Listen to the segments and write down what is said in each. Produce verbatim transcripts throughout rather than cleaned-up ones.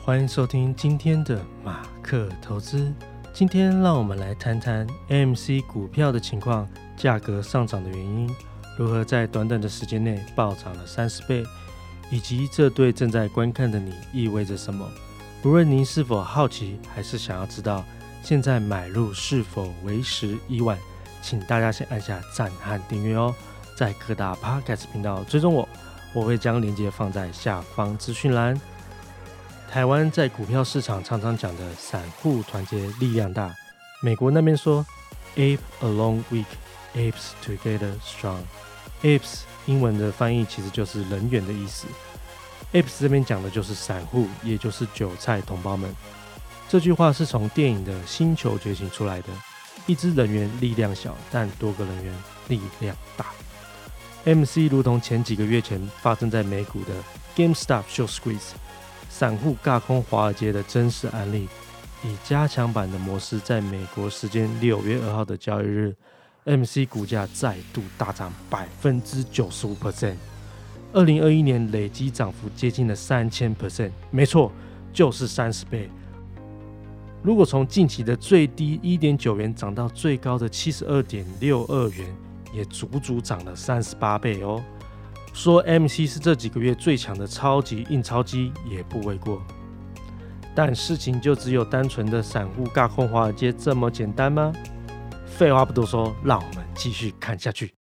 欢迎收听今天的马克投资。今天让我们来谈谈 A M C 股票的情况，价格上涨的原因，如何在短短的时间内暴涨了三十倍，以及这对正在观看的你意味着什么。无论您是否好奇，还是想要知道现在买入是否为时已晚，请大家先按下赞和订阅哦。在各大 Podcast 频道追踪我，我会将链接放在下方资讯栏。台湾在股票市场常常讲的散户团结力量大，美国那边说 Ape alone weak, apes together strong。 Apes 英文的翻译其实就是人猿的意思， Apes 这边讲的就是散户，也就是韭菜同胞们。这句话是从电影的星球觉醒出来的，一只人猿力量小，但多个人猿力量大。 A M C 如同前几个月前发生在美股的 GameStop Short Squeeze，散户尬空华尔街的真实案例，以加强版的模式，在美国时间六月二号的交易日 ，A M C 股价再度大涨 百分之九十五。二零二一年累积涨幅接近了 三千 percent， 没错，就是三十倍。如果从近期的最低 一点九元涨到最高的 七十二点六二元，也足足涨了三十八倍哦。说 A M C 是这几个月最强的超级印钞机也不为过，但事情就只有单纯的散户尬空华尔街这么简单吗？废话不多说，让我们继续看下去。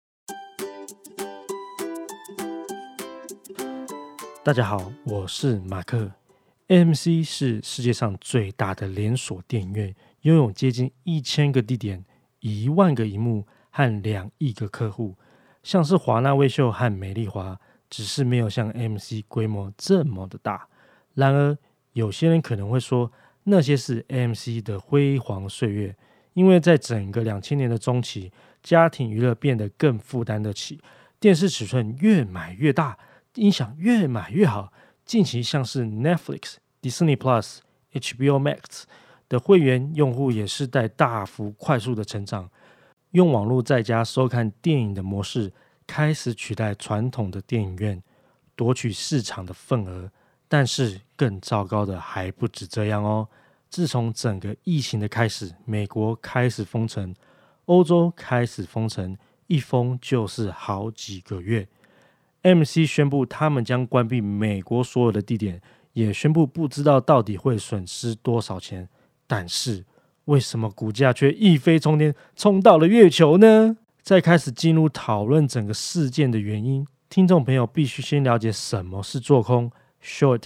大家好，我是马克。 A M C 是世界上最大的连锁电影院，拥有接近一千个地点、一万个萤幕和两亿个客户。像是华纳威秀和美丽华，只是没有像 A M C 规模这么的大。然而，有些人可能会说，那些是 A M C 的辉煌岁月，因为在整个两千年的中期，家庭娱乐变得更负担得起，电视尺寸越买越大，音响越买越好。近期像是 Netflix、Disney Plus、H B O Max 的会员用户也是在大幅快速的成长。用网络在家收看电影的模式开始取代传统的电影院，夺取市场的份额。但是更糟糕的还不止这样哦。自从整个疫情的开始，美国开始封城，欧洲开始封城，一封就是好几个月。A M C 宣布他们将关闭美国所有的地点，也宣布不知道到底会损失多少钱。但是为什么股价却一飞冲天，冲到了月球呢？在开始进入讨论整个事件的原因，听众朋友必须先了解什么是做空 （Short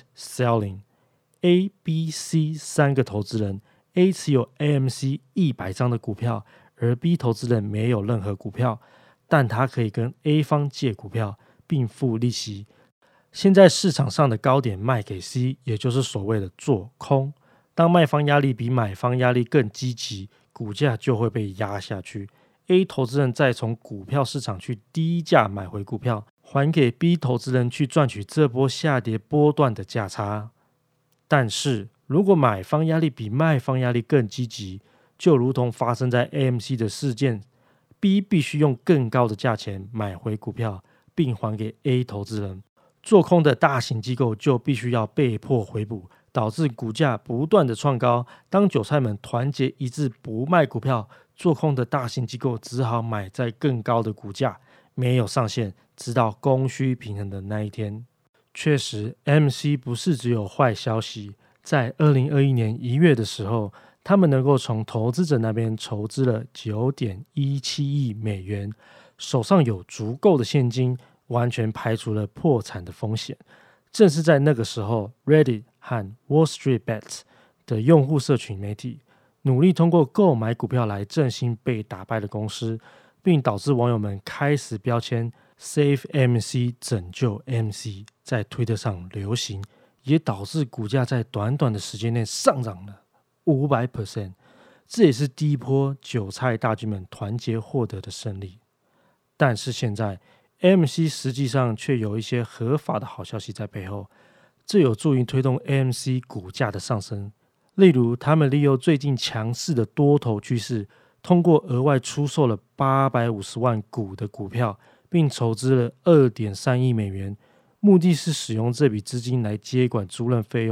Selling）。A、B、C 三个投资人 ，A 持有 A M C 一百张的股票，而 B 投资人没有任何股票，但他可以跟 A 方借股票，并付利息。现在市场上的高点卖给 C， 也就是所谓的做空。当卖方压力比买方压力更积极，股价就会被压下去。A 投资人再从股票市场去低价买回股票，还给 B 投资人去赚取这波下跌波段的价差。但是如果买方压力比卖方压力更积极，就如同发生在 A M C 的事件， B 必须用更高的价钱买回股票，并还给 A 投资人。做空的大型机构就必须要被迫回补，导致股价不断的创高。当韭菜们团结一致不卖股票，做空的大型机构只好买在更高的股价，没有上限，直到供需平衡的那一天。确实 A M C 不是只有坏消息。在二零二一年一月的时候，他们能够从投资者那边筹资了 九点一七亿美元，手上有足够的现金，完全排除了破产的风险。正是在那个时候， Reddit 和 Wall Street Bets 的用户社群媒体努力通过购买股票来振兴被打败的公司，并导致网友们开始标签 Save A M C 拯救 A M C 在推特上流行，也导致股价在短短的时间内上涨了 百分之五百。 这也是第一波韭菜大军们团结获得的胜利。但是现在A M C 实际上却有一些合法的好消息在背后，这有助于推动 A M C 股价的上升。例如，他们利用最近强势的多头趋势，通过额外出售了八百五十万股的股票，并筹资了 二点三亿美元，目的是使用这笔资金来接管租赁费用，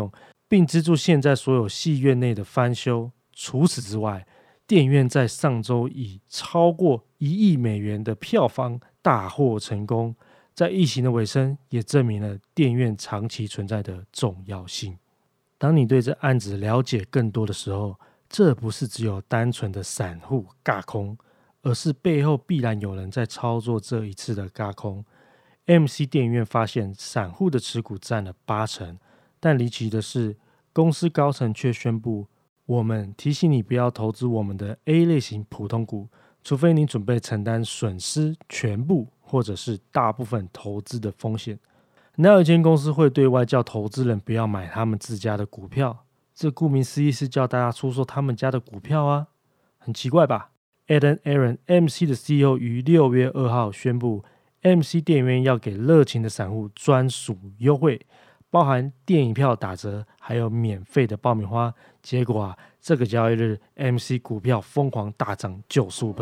并资助现在所有戏院内的翻修。除此之外，电影院在上周以超过一亿美元的票房大获成功，在疫情的尾声也证明了电影院长期存在的重要性。当你对这案子了解更多的时候，这不是只有单纯的散户軋空，而是背后必然有人在操作这一次的軋空。A M C 电影院发现散户的持股占了八成，但离奇的是，公司高层却宣布，我们提醒你不要投资我们的 A 类型普通股，除非你准备承担损失全部或者是大部分投资的风险。哪有一间公司会对外叫投资人不要买他们自家的股票？这顾名思义是叫大家出售他们家的股票啊，很奇怪吧？ Adam Aron A M C 的 C E O 于六月二号宣布， A M C 电影院要给热情的散户专属优惠，包含电影票打折，还有免费的爆米花。结果啊，这个交易日 A M C 股票疯狂大涨 百分之九十五。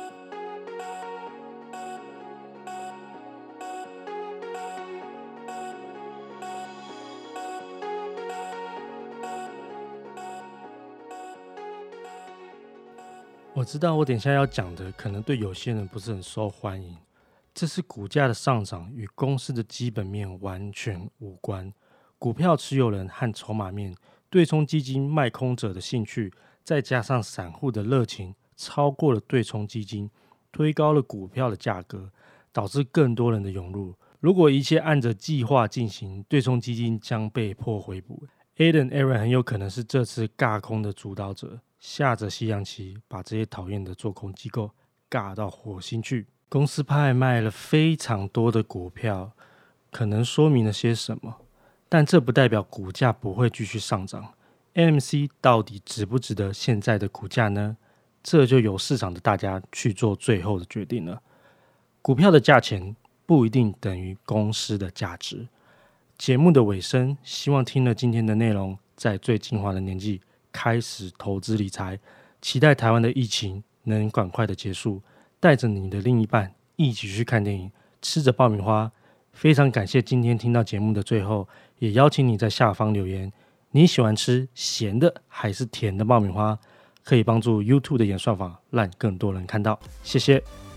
我知道我等一下要讲的可能对有些人不是很受欢迎，这是股价的上涨与公司的基本面完全无关。股票持有人和筹码面、对冲基金卖空者的兴趣，再加上散户的热情，超过了对冲基金，推高了股票的价格，导致更多人的涌入。如果一切按着计划进行，对冲基金将被迫回补。Adam Aron 很有可能是这次軋空的主导者，下着西洋棋，把这些讨厌的做空机构軋到火星去。公司派卖了非常多的股票，可能说明了些什么，但这不代表股价不会继续上涨。A M C 到底值不值得现在的股价呢？这就由市场的大家去做最后的决定了。股票的价钱不一定等于公司的价值。节目的尾声，希望听了今天的内容，在最精华的年纪开始投资理财，期待台湾的疫情能赶快的结束，带着你的另一半一起去看电影，吃着爆米花。非常感谢今天听到节目的最后，也邀请你在下方留言，你喜欢吃咸的还是甜的爆米花？可以帮助 YouTube 的演算法让更多人看到，谢谢。